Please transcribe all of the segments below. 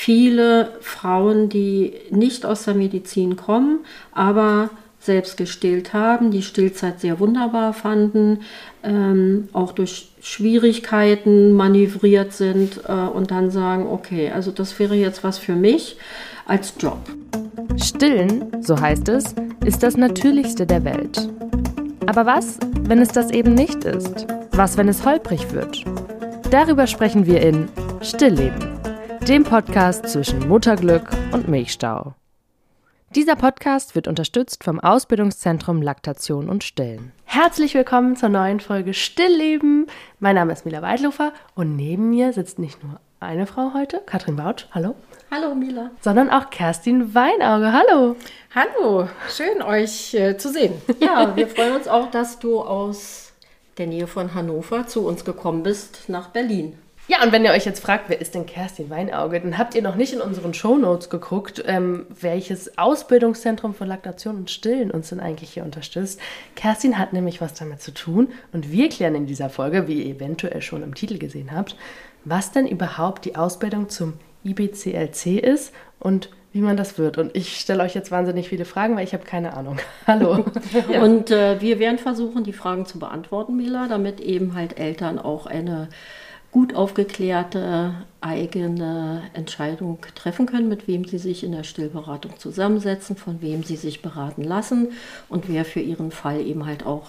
viele Frauen, die nicht aus der Medizin kommen, aber selbst gestillt haben, die Stillzeit sehr wunderbar fanden, auch durch Schwierigkeiten manövriert sind und dann sagen, okay, also das wäre jetzt was für mich als Job. Stillen, so heißt es, ist das Natürlichste der Welt. Aber was, wenn es das eben nicht ist? Was, wenn es holprig wird? Darüber sprechen wir in Stillleben, dem Podcast zwischen Mutterglück und Milchstau. Dieser Podcast wird unterstützt vom Ausbildungszentrum Laktation und Stillen. Herzlich willkommen zur neuen Folge Stillleben. Mein Name ist Mila Weidlofer und neben mir sitzt nicht nur eine Frau heute, Katrin Bautsch, hallo. Hallo Mila. Sondern auch Kerstin Weinauge, hallo. Hallo, schön euch zu sehen. Ja, wir freuen uns auch, dass du aus der Nähe von Hannover zu uns gekommen bist nach Berlin. Ja, und wenn ihr euch jetzt fragt, wer ist denn Kerstin Weinauge, dann habt ihr noch nicht in unseren Shownotes geguckt, welches Ausbildungszentrum für Laktation und Stillen uns denn eigentlich hier unterstützt. Kerstin hat nämlich was damit zu tun und wir klären in dieser Folge, wie ihr eventuell schon im Titel gesehen habt, was denn überhaupt die Ausbildung zum IBCLC ist und wie man das wird. Und ich stelle euch jetzt wahnsinnig viele Fragen, weil ich habe keine Ahnung. Hallo. Ja. Und wir werden versuchen, die Fragen zu beantworten, Mila, damit eben halt Eltern auch eine gut aufgeklärte eigene Entscheidung treffen können, mit wem sie sich in der Stillberatung zusammensetzen, von wem sie sich beraten lassen und wer für ihren Fall eben halt auch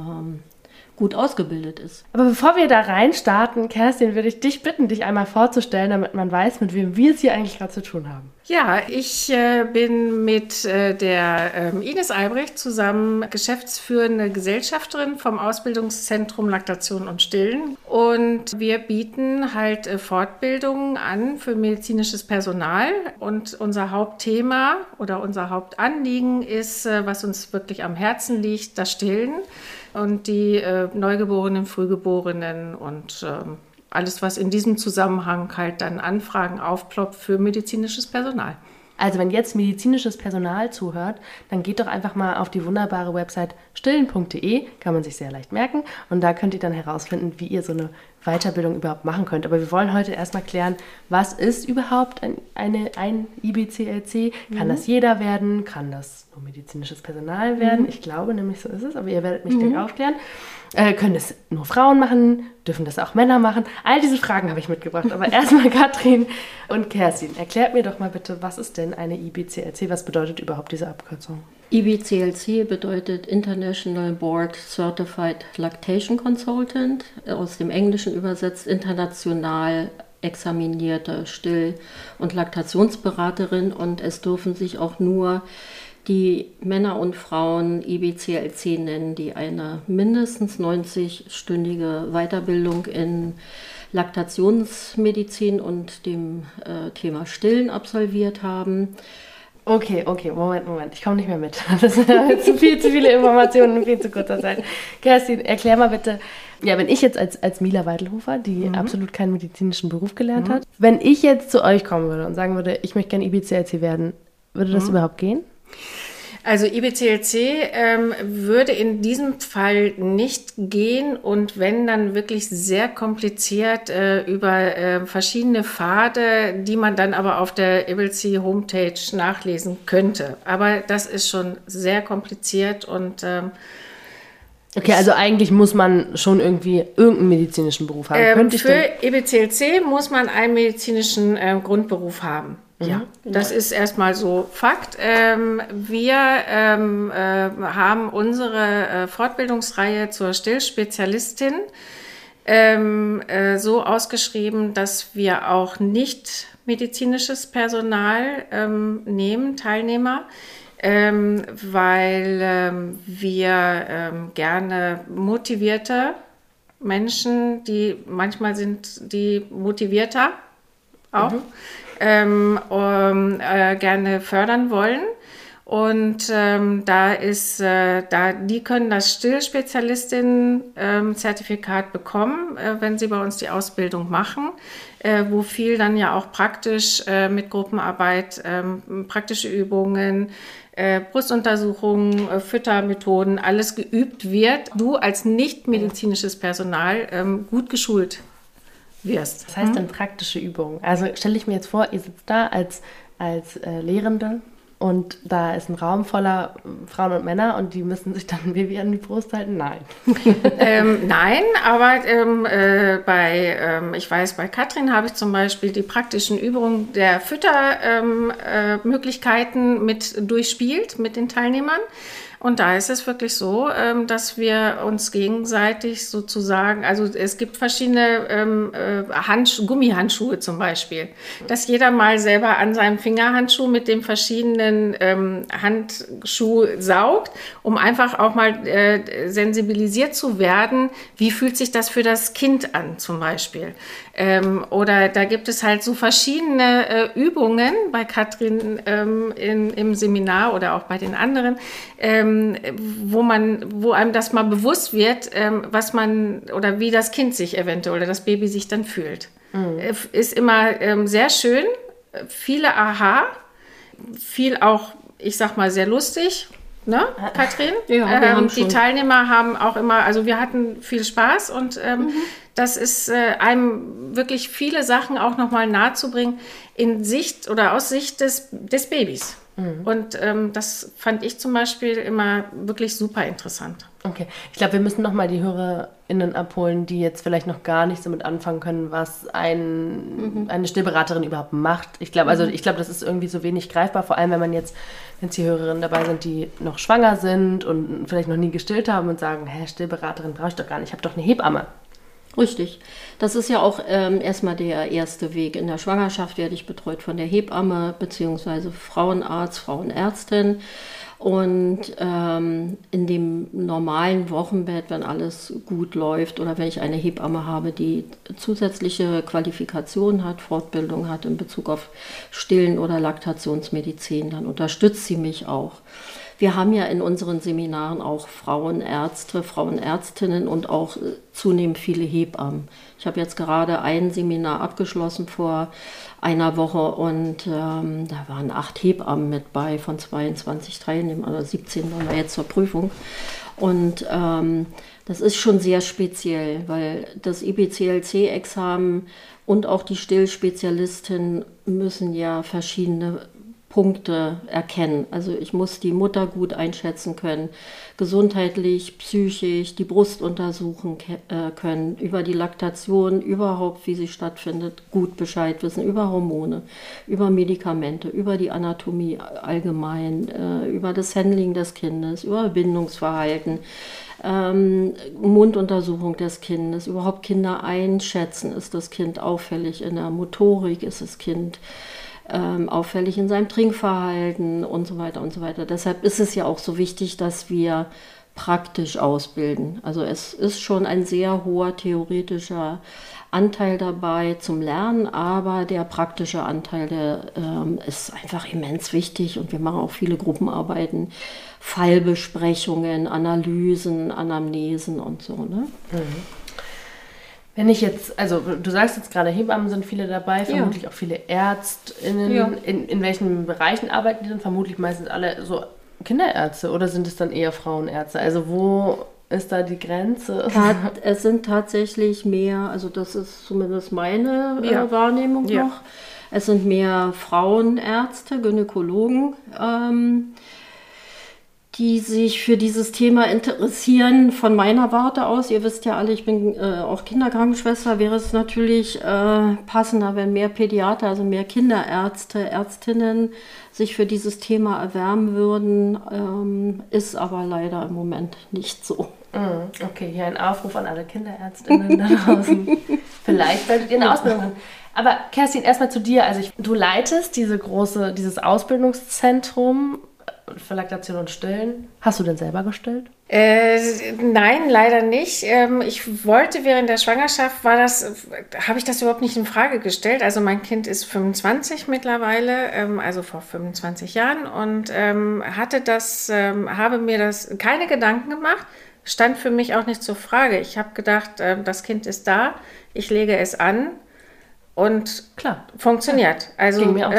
gut ausgebildet ist. Aber bevor wir da reinstarten, Kerstin, würde ich dich bitten, dich einmal vorzustellen, damit man weiß, mit wem wir es hier eigentlich gerade zu tun haben. Ja, ich bin mit der Ines Albrecht zusammen geschäftsführende Gesellschafterin vom Ausbildungszentrum Laktation und Stillen. Und wir bieten halt Fortbildungen an für medizinisches Personal. Und unser Hauptthema oder unser Hauptanliegen ist, was uns wirklich am Herzen liegt, das Stillen. Und die Neugeborenen, Frühgeborenen und alles, was in diesem Zusammenhang halt dann Anfragen aufploppt für medizinisches Personal. Also wenn jetzt medizinisches Personal zuhört, dann geht doch einfach mal auf die wunderbare Website stillen.de, kann man sich sehr leicht merken. Und da könnt ihr dann herausfinden, wie ihr so eine Weiterbildung überhaupt machen könnt. Aber wir wollen heute erstmal klären, was ist überhaupt ein IBCLC? Kann das jeder werden? Kann das nur medizinisches Personal werden? Ich glaube nämlich, so ist es, aber ihr werdet mich gleich aufklären. Können das nur Frauen machen? Dürfen das auch Männer machen? All diese Fragen habe ich mitgebracht. Aber erstmal Katrin und Kerstin, erklärt mir doch mal bitte, was ist denn eine IBCLC? Was bedeutet überhaupt diese Abkürzung? IBCLC bedeutet International Board Certified Lactation Consultant, aus dem Englischen übersetzt international examinierte Still- und Laktationsberaterin, und es dürfen sich auch nur die Männer und Frauen IBCLC nennen, die eine mindestens 90-stündige Weiterbildung in Laktationsmedizin und dem Thema Stillen absolviert haben. Okay, Moment. Ich komme nicht mehr mit. Das sind zu viele Informationen in viel zu kurzer Zeit. Kerstin, erklär mal bitte, ja, wenn ich jetzt als Mila Weidlofer, die absolut keinen medizinischen Beruf gelernt hat, wenn ich jetzt zu euch kommen würde und sagen würde, ich möchte gerne IBCLC werden, würde das überhaupt gehen? Also IBCLC würde in diesem Fall nicht gehen und wenn, dann wirklich sehr kompliziert über verschiedene Pfade, die man dann aber auf der IBCLC Homepage nachlesen könnte. Aber das ist schon sehr kompliziert und okay, also eigentlich muss man schon irgendwie irgendeinen medizinischen Beruf haben. Für IBCLC muss man einen medizinischen Grundberuf haben. Ja, das ist erstmal so Fakt. Wir haben unsere Fortbildungsreihe zur Stillspezialistin so ausgeschrieben, dass wir auch nicht medizinisches Personal nehmen, Teilnehmer, weil wir gerne motivierte Menschen, manchmal sind die motivierter auch, gerne fördern wollen. Und die können das Stillspezialistinnen-Zertifikat bekommen, wenn sie bei uns die Ausbildung machen, wo viel dann ja auch praktisch mit Gruppenarbeit, praktische Übungen, Brustuntersuchungen, Füttermethoden, alles geübt wird. Du als nicht medizinisches Personal gut geschult wirst. Das heißt dann praktische Übungen. Also stelle ich mir jetzt vor, ihr sitzt da als Lehrende und da ist ein Raum voller Frauen und Männer und die müssen sich dann ein Baby an die Brust halten? Nein. Nein, aber ich weiß, bei Katrin habe ich zum Beispiel die praktischen Übungen der Füttermöglichkeiten mit durchspielt mit den Teilnehmern. Und da ist es wirklich so, dass wir uns gegenseitig sozusagen, also es gibt verschiedene Gummihandschuhe zum Beispiel, dass jeder mal selber an seinem Fingerhandschuh mit dem verschiedenen Handschuh saugt, um einfach auch mal sensibilisiert zu werden, wie fühlt sich das für das Kind an zum Beispiel. Oder da gibt es halt so verschiedene Übungen bei Katrin im Seminar oder auch bei den anderen, wo einem das mal bewusst wird, was man oder wie das Kind sich eventuell oder das Baby sich dann fühlt. Ist immer sehr schön, viele Aha, viel auch, ich sag mal, sehr lustig. Ne, Katrin? Ja, die Teilnehmer haben auch immer, also wir hatten viel Spaß und das ist einem wirklich viele Sachen auch nochmal nahezubringen in Sicht oder aus Sicht des Babys. Und das fand ich zum Beispiel immer wirklich super interessant. Okay, ich glaube, wir müssen nochmal die HörerInnen abholen, die jetzt vielleicht noch gar nicht so mit anfangen können, was eine Stillberaterin überhaupt macht. Ich glaube, das ist irgendwie so wenig greifbar, vor allem wenn jetzt die Hörerinnen dabei sind, die noch schwanger sind und vielleicht noch nie gestillt haben und sagen, Stillberaterin brauche ich doch gar nicht, ich habe doch eine Hebamme. Richtig. Das ist ja auch erstmal der erste Weg. In der Schwangerschaft werde ich betreut von der Hebamme bzw. Frauenarzt, Frauenärztin. Und in dem normalen Wochenbett, wenn alles gut läuft oder wenn ich eine Hebamme habe, die zusätzliche Qualifikation hat, Fortbildung hat in Bezug auf Stillen- oder Laktationsmedizin, dann unterstützt sie mich auch. Wir haben ja in unseren Seminaren auch Frauenärzte, Frauenärztinnen und auch zunehmend viele Hebammen. Ich habe jetzt gerade ein Seminar abgeschlossen vor einer Woche und da waren 8 Hebammen mit bei von 22 Teilnehmern, oder 17 waren wir jetzt zur Prüfung. Und das ist schon sehr speziell, weil das IBCLC-Examen und auch die Stillspezialistin müssen ja verschiedene Punkte erkennen. Also ich muss die Mutter gut einschätzen können, gesundheitlich, psychisch, die Brust untersuchen können, über die Laktation überhaupt, wie sie stattfindet, gut Bescheid wissen, über Hormone, über Medikamente, über die Anatomie allgemein, über das Handling des Kindes, über Bindungsverhalten, Munduntersuchung des Kindes, überhaupt Kinder einschätzen, ist das Kind auffällig in der Motorik, ist das Kind auffällig in seinem Trinkverhalten und so weiter und so weiter. Deshalb ist es ja auch so wichtig, dass wir praktisch ausbilden. Also es ist schon ein sehr hoher theoretischer Anteil dabei zum Lernen, aber der praktische Anteil, der ist einfach immens wichtig und wir machen auch viele Gruppenarbeiten, Fallbesprechungen, Analysen, Anamnesen und so. Ne? Wenn ich jetzt, also du sagst jetzt gerade, Hebammen sind viele dabei, vermutlich auch viele ÄrztInnen. Ja. In welchen Bereichen arbeiten die denn? Vermutlich meistens alle so Kinderärzte oder sind es dann eher Frauenärzte? Also wo ist da die Grenze? Es sind tatsächlich mehr, also das ist zumindest meine Wahrnehmung noch. Es sind mehr Frauenärzte, Gynäkologen, die sich für dieses Thema interessieren. Von meiner Warte aus, ihr wisst ja alle, ich bin auch Kinderkrankenschwester, wäre es natürlich passender, wenn mehr Pädiater, also mehr Kinderärzte, Ärztinnen sich für dieses Thema erwärmen würden, ist aber leider im Moment nicht so. Okay, hier ein Aufruf an alle Kinderärztinnen da draußen. Vielleicht solltet ihr eine Ausbildung machen. Aber Kerstin, erstmal zu dir. Also du leitest dieses Ausbildungszentrum für Laktation und Stillen. Hast du denn selber gestillt? Nein, leider nicht. Ich wollte während der Schwangerschaft, habe ich das überhaupt nicht in Frage gestellt. Also mein Kind ist 25 mittlerweile, also vor 25 Jahren und habe mir das keine Gedanken gemacht, stand für mich auch nicht zur Frage. Ich habe gedacht, das Kind ist da, ich lege es an. Und klar, funktioniert. Also mir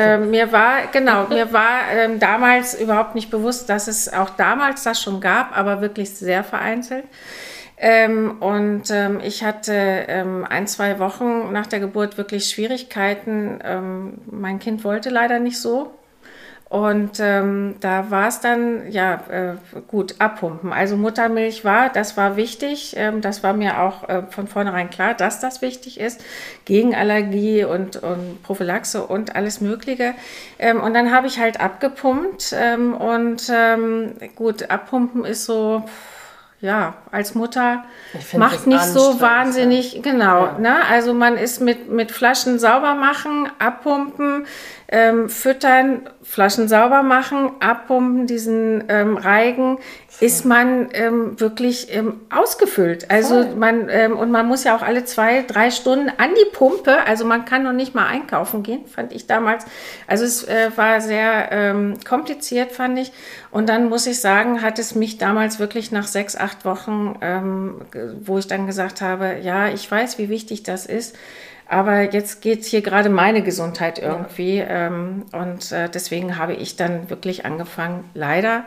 war damals überhaupt nicht bewusst, dass es auch damals das schon gab, aber wirklich sehr vereinzelt. Ich hatte 1-2 Wochen nach der Geburt wirklich Schwierigkeiten. Mein Kind wollte leider nicht so. Und da war es dann, gut, abpumpen. Also Muttermilch das war wichtig. Das war mir auch von vornherein klar, dass das wichtig ist. Gegen Allergie und Prophylaxe und alles Mögliche. Und dann habe ich halt abgepumpt. Gut, abpumpen ist so... Ja, als Mutter macht nicht so wahnsinnig, genau. Ja. Ne? Also man ist mit Flaschen sauber machen, abpumpen, füttern, Flaschen sauber machen, abpumpen, diesen Reigen, ist man wirklich ausgefüllt. Also man muss ja auch alle 2-3 Stunden an die Pumpe, also man kann noch nicht mal einkaufen gehen, fand ich damals. Also es war sehr kompliziert, fand ich. Und dann muss ich sagen, hat es mich damals wirklich nach 6-8 Wochen, wo ich dann gesagt habe, ja, ich weiß, wie wichtig das ist, aber jetzt geht hier gerade meine Gesundheit irgendwie. Deswegen habe ich dann wirklich angefangen, leider,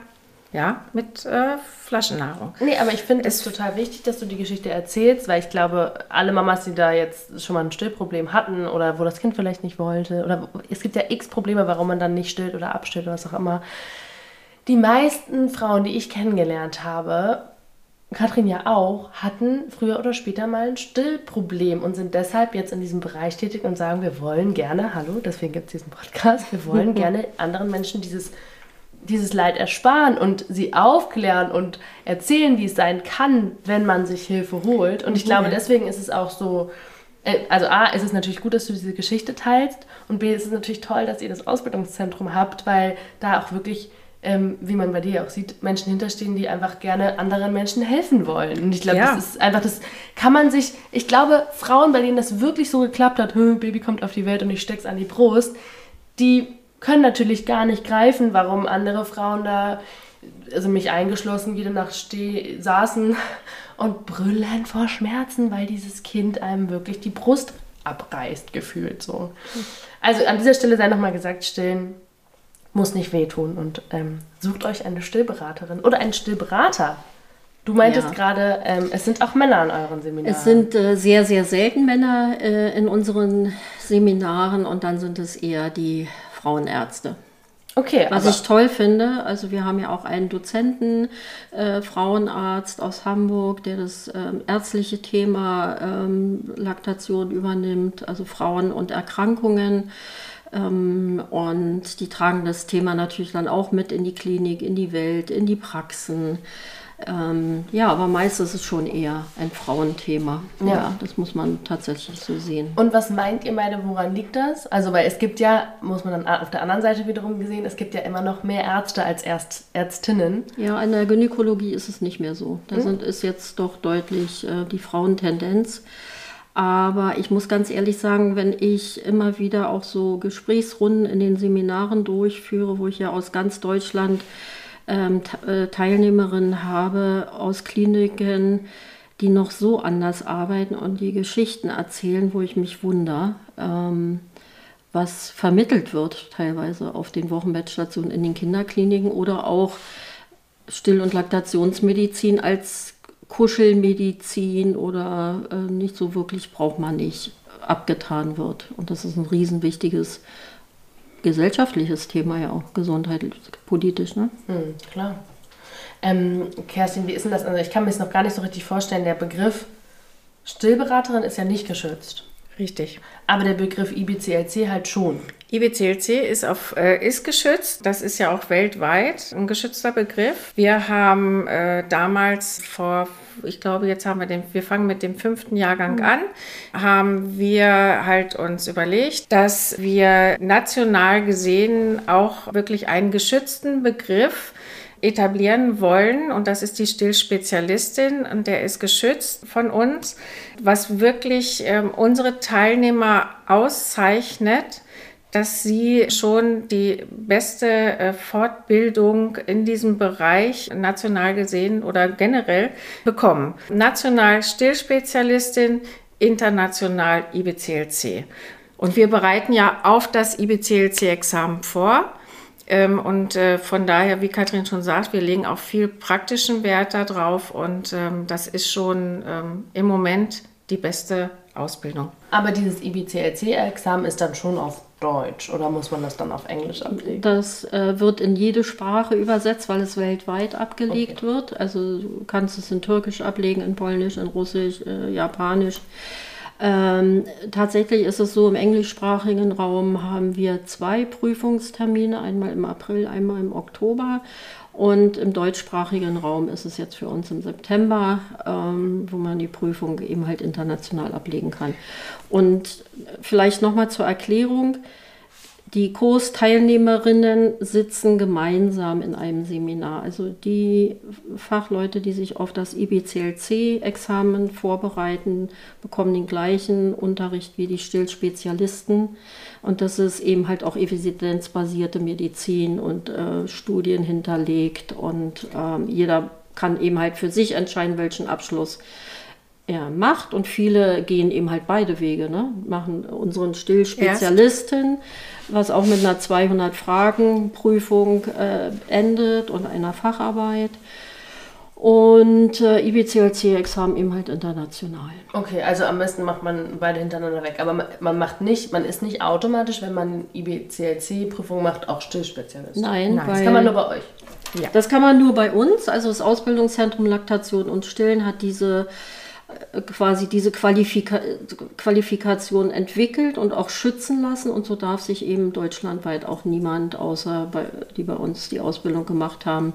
mit Flaschennahrung. Nee, aber ich finde es total wichtig, dass du die Geschichte erzählst, weil ich glaube, alle Mamas, die da jetzt schon mal ein Stillproblem hatten oder wo das Kind vielleicht nicht wollte, oder es gibt ja x Probleme, warum man dann nicht stillt oder abstillt oder was auch immer. Die meisten Frauen, die ich kennengelernt habe, Katrin ja auch, hatten früher oder später mal ein Stillproblem und sind deshalb jetzt in diesem Bereich tätig und sagen, wir wollen gerne, hallo, deswegen gibt es diesen Podcast, wir wollen gerne anderen Menschen dieses Leid ersparen und sie aufklären und erzählen, wie es sein kann, wenn man sich Hilfe holt. Und ich glaube, deswegen ist es auch so, also A, ist es natürlich gut, dass du diese Geschichte teilst und B, ist es natürlich toll, dass ihr das Ausbildungszentrum habt, weil da auch wirklich, wie man bei dir auch sieht, Menschen hinterstehen, die einfach gerne anderen Menschen helfen wollen. Und ich glaube, das ist einfach, das kann man sich, ich glaube, Frauen, bei denen das wirklich so geklappt hat, Baby kommt auf die Welt und ich steck's an die Brust, die können natürlich gar nicht greifen, warum andere Frauen da, also mich eingeschlossen, jede Nacht saßen und brüllen vor Schmerzen, weil dieses Kind einem wirklich die Brust abreißt, gefühlt so. Also an dieser Stelle sei nochmal gesagt, stillen muss nicht wehtun und sucht euch eine Stillberaterin oder einen Stillberater. Du meintest gerade, es sind auch Männer in euren Seminaren. Es sind sehr, sehr selten Männer in unseren Seminaren und dann sind es eher die Frauenärzte. Okay. Was ich toll finde, also wir haben ja auch einen Dozenten, Frauenarzt aus Hamburg, der das ärztliche Thema Laktation übernimmt, also Frauen und Erkrankungen. Und die tragen das Thema natürlich dann auch mit in die Klinik, in die Welt, in die Praxen. Aber meist ist es schon eher ein Frauenthema. Ja, das muss man tatsächlich so sehen. Und was meint ihr beide, woran liegt das? Also, weil es gibt ja, muss man dann auf der anderen Seite wiederum gesehen, es gibt ja immer noch mehr Ärzte als Ärztinnen. Ja, in der Gynäkologie ist es nicht mehr so. Da ist jetzt doch deutlich die Frauentendenz. Aber ich muss ganz ehrlich sagen, wenn ich immer wieder auch so Gesprächsrunden in den Seminaren durchführe, wo ich ja aus ganz Deutschland Teilnehmerinnen habe aus Kliniken, die noch so anders arbeiten und die Geschichten erzählen, wo ich mich wundere, was vermittelt wird teilweise auf den Wochenbettstationen in den Kinderkliniken oder auch Still- und Laktationsmedizin als Kuschelmedizin oder nicht so wirklich braucht man nicht abgetan wird. Und das ist ein riesenwichtiges gesellschaftliches Thema ja auch, gesundheitlich-politisch, ne? Klar. Kerstin, wie ist denn das? Also ich kann mir das noch gar nicht so richtig vorstellen. Der Begriff Stillberaterin ist ja nicht geschützt. Richtig. Aber der Begriff IBCLC halt schon. IBCLC ist geschützt. Das ist ja auch weltweit ein geschützter Begriff. Wir haben damals ich glaube, wir fangen mit dem 5. Jahrgang an, haben wir halt uns überlegt, dass wir national gesehen auch wirklich einen geschützten Begriff etablieren wollen und das ist die Stillspezialistin und der ist geschützt von uns, was wirklich unsere Teilnehmer auszeichnet, dass sie schon die beste Fortbildung in diesem Bereich national gesehen oder generell bekommen. National Stillspezialistin, international IBCLC. Und wir bereiten ja auf das IBCLC-Examen vor. Von daher, wie Katrin schon sagt, wir legen auch viel praktischen Wert darauf und das ist schon im Moment die beste Ausbildung. Aber dieses IBCLC-Examen ist dann schon auf Deutsch oder muss man das dann auf Englisch ablegen? Das wird in jede Sprache übersetzt, weil es weltweit abgelegt wird. Also du kannst es in Türkisch ablegen, in Polnisch, in Russisch, Japanisch. Tatsächlich ist es so, im englischsprachigen Raum haben wir 2 Prüfungstermine, einmal im April, einmal im Oktober. Und im deutschsprachigen Raum ist es jetzt für uns im September, wo man die Prüfung eben halt international ablegen kann. Und vielleicht nochmal zur Erklärung. Die Kursteilnehmerinnen sitzen gemeinsam in einem Seminar. Also die Fachleute, die sich auf das IBCLC-Examen vorbereiten, bekommen den gleichen Unterricht wie die Stillspezialisten. Und das ist eben halt auch evidenzbasierte Medizin und Studien hinterlegt. Und jeder kann eben halt für sich entscheiden, welchen Abschluss er macht. Und viele gehen eben halt beide Wege, ne? Machen unseren Stillspezialisten, was auch mit einer 200-Fragen-Prüfung endet und einer Facharbeit. Und IBCLC-Examen eben halt international. Okay, also am besten macht man beide hintereinander weg. Aber man ist nicht automatisch, wenn man IBCLC-Prüfung macht, auch Stillspezialist. Nein, das kann man nur bei euch. Ja. Das kann man nur bei uns. Also das Ausbildungszentrum Laktation und Stillen hat diese Qualifikation entwickelt und auch schützen lassen. Und so darf sich eben deutschlandweit auch niemand, außer die bei uns die Ausbildung gemacht haben,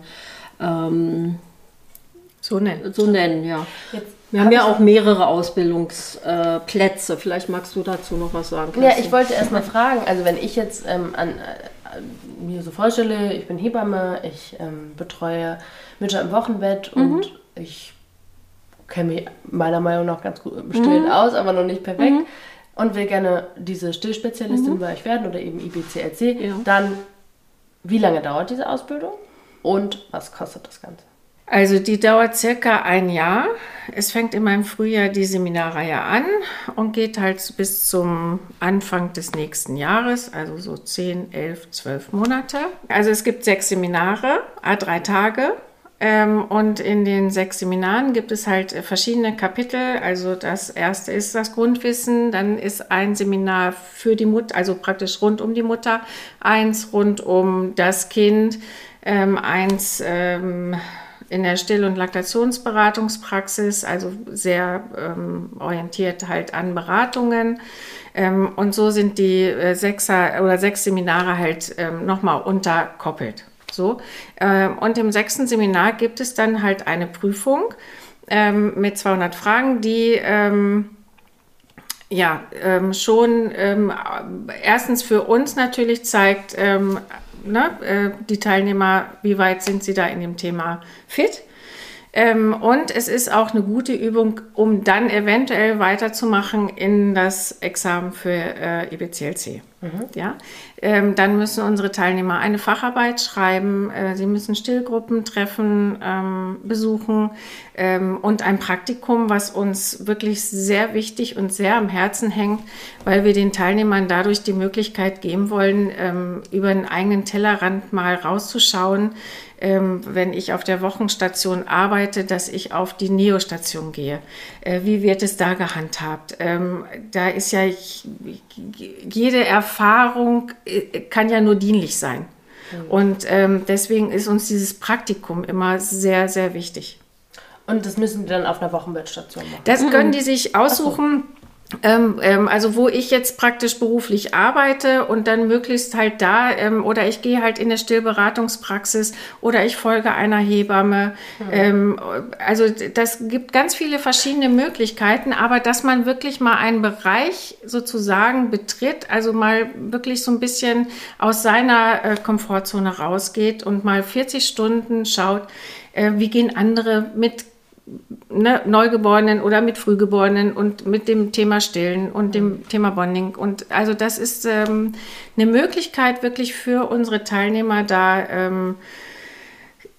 so nennen, ja. Wir haben ja auch mehrere Ausbildungsplätze. Vielleicht magst du dazu noch was sagen, Kerstin. Ja, ich wollte erst mal fragen, also wenn ich jetzt mir so vorstelle, ich bin Hebamme, ich betreue Mütter im Wochenbett und ich kenne mich meiner Meinung nach ganz gut im Stillen aus, aber noch nicht perfekt und will gerne diese Stillspezialistin bei euch werden oder eben IBCLC, dann wie lange dauert diese Ausbildung und was kostet das Ganze? Also die dauert circa 1 Jahr. Es fängt immer im Frühjahr die Seminarreihe an und geht halt bis zum Anfang des nächsten Jahres, also so 10, 11, 12 Monate. Also es gibt 6 Seminare, 3 Tage. Und in den 6 Seminaren gibt es halt verschiedene Kapitel. Also das erste ist das Grundwissen, dann ist ein Seminar für die Mutter, also praktisch rund um die Mutter, eins rund um das Kind, eins in der Still- und Laktationsberatungspraxis, also sehr orientiert halt an Beratungen. Und so sind die 6 Seminare halt nochmal unterkoppelt. So. Und im 6. Seminar gibt es dann halt eine Prüfung mit 200 Fragen, die schon erstens für uns natürlich zeigt, die Teilnehmer, wie weit sind sie da in dem Thema fit. Und es ist auch eine gute Übung, um dann eventuell weiterzumachen in das Examen für IBCLC. Ja? Dann müssen unsere Teilnehmer eine Facharbeit schreiben, sie müssen Stillgruppentreffen besuchen und ein Praktikum, was uns wirklich sehr wichtig und sehr am Herzen hängt, weil wir den Teilnehmern dadurch die Möglichkeit geben wollen, über einen eigenen Tellerrand mal rauszuschauen, wenn ich auf der Wochenstation arbeite, dass ich auf die Neostation gehe. Wie wird es da gehandhabt? Da ist ja jede Erfahrung kann ja nur dienlich sein. Und deswegen ist uns dieses Praktikum immer sehr, sehr wichtig. Und das müssen die dann auf einer Wochenbettstation machen? Das können die sich aussuchen. Also wo ich jetzt praktisch beruflich arbeite und dann möglichst halt da oder ich gehe halt in eine Stillberatungspraxis oder ich folge einer Hebamme. Also das gibt ganz viele verschiedene Möglichkeiten, aber dass man wirklich mal einen Bereich sozusagen betritt, also mal wirklich so ein bisschen aus seiner Komfortzone rausgeht und mal 40 Stunden schaut, wie gehen andere mit Neugeborenen oder mit Frühgeborenen und mit dem Thema Stillen und dem Thema Bonding. Und also das ist eine Möglichkeit wirklich für unsere Teilnehmer da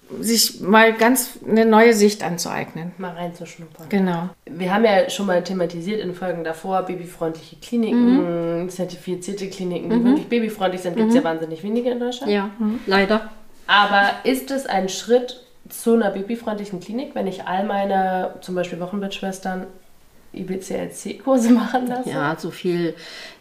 sich mal ganz eine neue Sicht anzueignen. Mal reinzuschnuppern. Genau. Wir haben ja schon mal thematisiert in Folgen davor, babyfreundliche Kliniken, zertifizierte Kliniken, die wirklich babyfreundlich sind. Gibt es ja wahnsinnig wenige in Deutschland. Ja, leider. Aber ist es ein Schritt zu einer babyfreundlichen Klinik, wenn ich all meine, zum Beispiel Wochenbettschwestern, IBCLC-Kurse machen lasse? Ja, so viel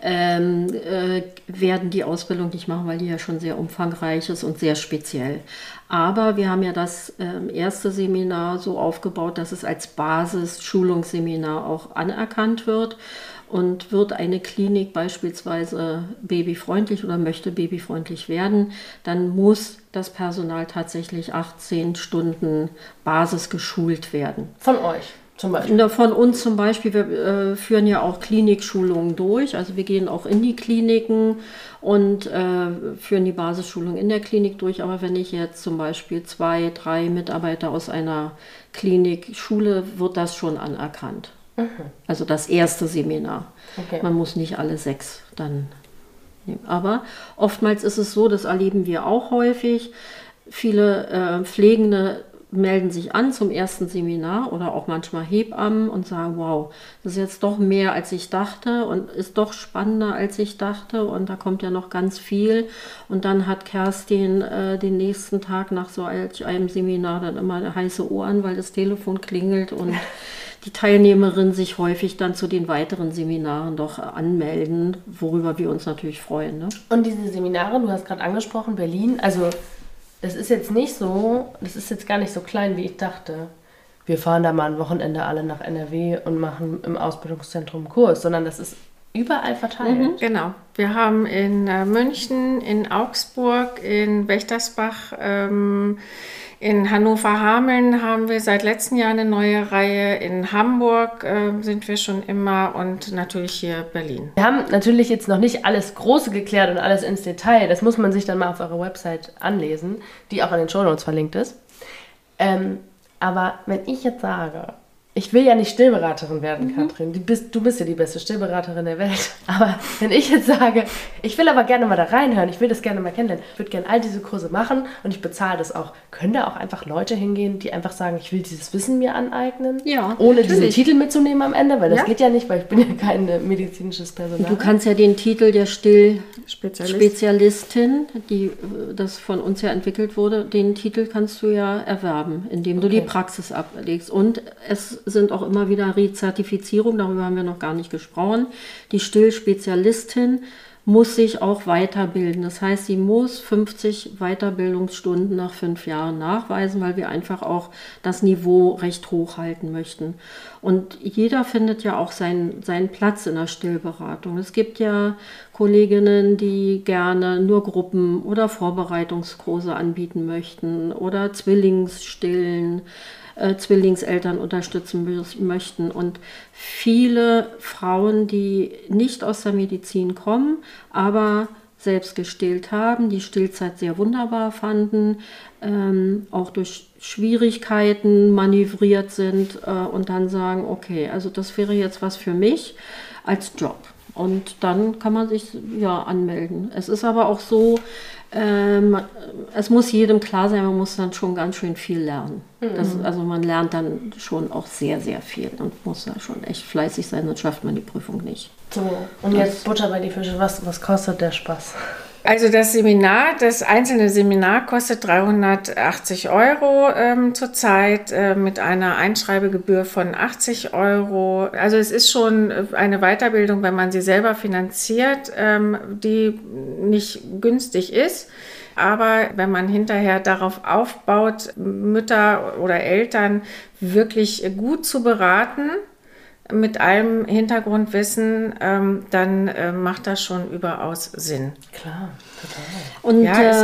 werden die Ausbildung nicht machen, weil die ja schon sehr umfangreich ist und sehr speziell. Aber wir haben ja das erste Seminar so aufgebaut, dass es als Basis-Schulungsseminar auch anerkannt wird. Und wird eine Klinik beispielsweise babyfreundlich oder möchte babyfreundlich werden, dann muss das Personal tatsächlich 18 Stunden Basis geschult werden. Von euch zum Beispiel? Von uns zum Beispiel, wir führen ja auch Klinikschulungen durch, also wir gehen auch in die Kliniken und führen die Basisschulung in der Klinik durch. Aber wenn ich jetzt zum Beispiel 2, 3 Mitarbeiter aus einer Klinik schule, wird das schon anerkannt. Also das erste Seminar. Okay. Man muss nicht alle 6 dann nehmen. Aber oftmals ist es so, das erleben wir auch häufig, viele Pflegende melden sich an zum ersten Seminar oder auch manchmal Hebammen und sagen, wow, das ist jetzt doch mehr als ich dachte und ist doch spannender als ich dachte und da kommt ja noch ganz viel. Und dann hat Kerstin den nächsten Tag nach so einem Seminar dann immer heiße Ohren, weil das Telefon klingelt und die Teilnehmerinnen sich häufig dann zu den weiteren Seminaren doch anmelden, worüber wir uns natürlich freuen. Ne? Und diese Seminare, du hast gerade angesprochen, Berlin, also das ist jetzt nicht so, das ist jetzt gar nicht so klein, wie ich dachte. Wir fahren da mal ein Wochenende alle nach NRW und machen im Ausbildungszentrum einen Kurs, sondern das ist überall verteilt. Genau. Wir haben in München, in Augsburg, in Wächtersbach, in Hannover-Hameln haben wir seit letztem Jahr eine neue Reihe. In Hamburg sind wir schon immer und natürlich hier Berlin. Wir haben natürlich jetzt noch nicht alles Große geklärt und alles ins Detail. Das muss man sich dann mal auf eurer Website anlesen, die auch in den Shownotes verlinkt ist. Aber wenn ich jetzt sage, ich will ja nicht Stillberaterin werden, Katrin. Du bist ja die beste Stillberaterin der Welt. Aber wenn ich jetzt sage, ich will aber gerne mal da reinhören, ich will das gerne mal kennenlernen, ich würde gerne all diese Kurse machen und ich bezahle das auch. Können da auch einfach Leute hingehen, die einfach sagen, ich will dieses Wissen mir aneignen? Ja, ohne diesen Titel mitzunehmen am Ende? Weil das geht ja nicht, weil ich bin ja kein medizinisches Personal. Du kannst ja den Titel der Stillspezialistin, die das von uns ja entwickelt wurde, den Titel kannst du ja erwerben, indem du die Praxis ablegst. Und es sind auch immer wieder Rezertifizierungen, darüber haben wir noch gar nicht gesprochen. Die Stillspezialistin muss sich auch weiterbilden. Das heißt, sie muss 50 Weiterbildungsstunden nach 5 Jahren nachweisen, weil wir einfach auch das Niveau recht hoch halten möchten. Und jeder findet ja auch seinen Platz in der Stillberatung. Es gibt ja Kolleginnen, die gerne nur Gruppen- oder Vorbereitungskurse anbieten möchten oder Zwillingseltern unterstützen möchten. Und viele Frauen, die nicht aus der Medizin kommen, aber selbst gestillt haben, die Stillzeit sehr wunderbar fanden, auch durch Schwierigkeiten manövriert sind und dann sagen, okay, also das wäre jetzt was für mich als Job. Und dann kann man sich ja anmelden. Es ist aber auch so, es muss jedem klar sein, man muss dann schon ganz schön viel lernen. Also man lernt dann schon auch sehr, sehr viel und muss da schon echt fleißig sein, sonst schafft man die Prüfung nicht. So, und jetzt Butter bei die Fische, was kostet der Spaß? Also das einzelne Seminar kostet 380 € zurzeit mit einer Einschreibegebühr von 80 €. Also es ist schon eine Weiterbildung, wenn man sie selber finanziert, die nicht günstig ist. Aber wenn man hinterher darauf aufbaut, Mütter oder Eltern wirklich gut zu beraten, mit allem Hintergrundwissen, dann macht das schon überaus Sinn. Klar, total. Und ja,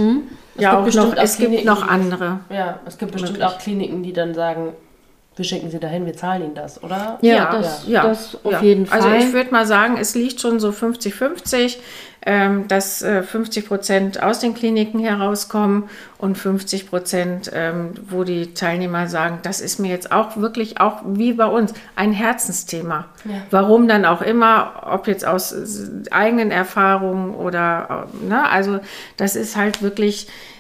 es gibt noch andere. Ja, es gibt bestimmt auch Kliniken, die dann sagen, wir schicken Sie dahin, wir zahlen Ihnen das, oder? Das auf jeden Fall. Also ich würde mal sagen, es liegt schon so 50-50, dass 50% aus den Kliniken herauskommen und 50%, wo die Teilnehmer sagen, das ist mir jetzt auch wirklich, auch wie bei uns, ein Herzensthema. Ja. Warum dann auch immer, ob jetzt aus eigenen Erfahrungen oder, also das ist halt wirklich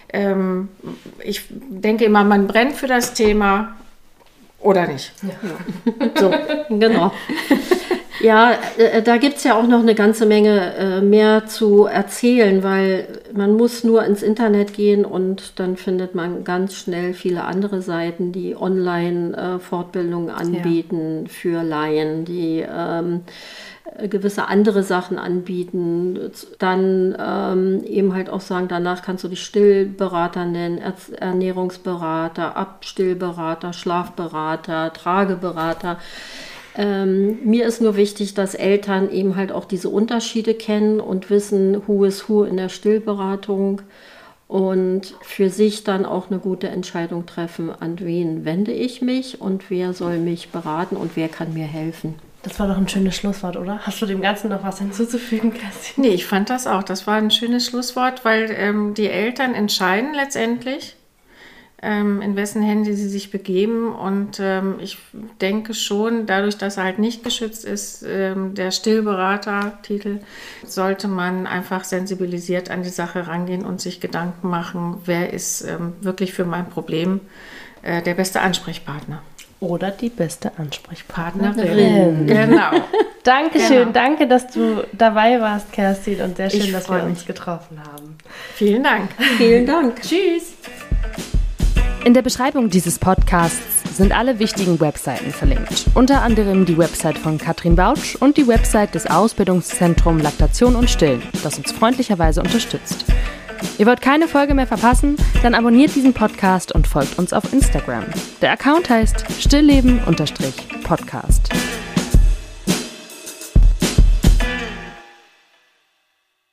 Ich denke immer, man brennt für das Thema oder nicht. Ja. So, genau. Ja, da gibt es ja auch noch eine ganze Menge mehr zu erzählen, weil man muss nur ins Internet gehen und dann findet man ganz schnell viele andere Seiten, die Online-Fortbildungen anbieten für Laien, die gewisse andere Sachen anbieten. Dann eben halt auch sagen, danach kannst du dich Stillberater nennen, Ernährungsberater, Abstillberater, Schlafberater, Trageberater. Mir ist nur wichtig, dass Eltern eben halt auch diese Unterschiede kennen und wissen, who is who in der Stillberatung und für sich dann auch eine gute Entscheidung treffen, an wen wende ich mich und wer soll mich beraten und wer kann mir helfen. Das war doch ein schönes Schlusswort, oder? Hast du dem Ganzen noch was hinzuzufügen, Kerstin? Nee, ich fand das auch. Das war ein schönes Schlusswort, weil die Eltern entscheiden letztendlich, in wessen Hände sie sich begeben. Und ich denke schon, dadurch, dass er halt nicht geschützt ist, der Stillberater-Titel, sollte man einfach sensibilisiert an die Sache rangehen und sich Gedanken machen, wer ist wirklich für mein Problem der beste Ansprechpartner. Oder die beste Ansprechpartnerin. Genau. Dankeschön, danke, dass du dabei warst, Kerstin. Und sehr schön, dass wir uns getroffen haben. Vielen Dank. Vielen Dank. Tschüss. In der Beschreibung dieses Podcasts sind alle wichtigen Webseiten verlinkt. Unter anderem die Website von Katrin Bautsch und die Website des Ausbildungszentrums Laktation und Stillen, das uns freundlicherweise unterstützt. Ihr wollt keine Folge mehr verpassen? Dann abonniert diesen Podcast und folgt uns auf Instagram. Der Account heißt stillleben_podcast.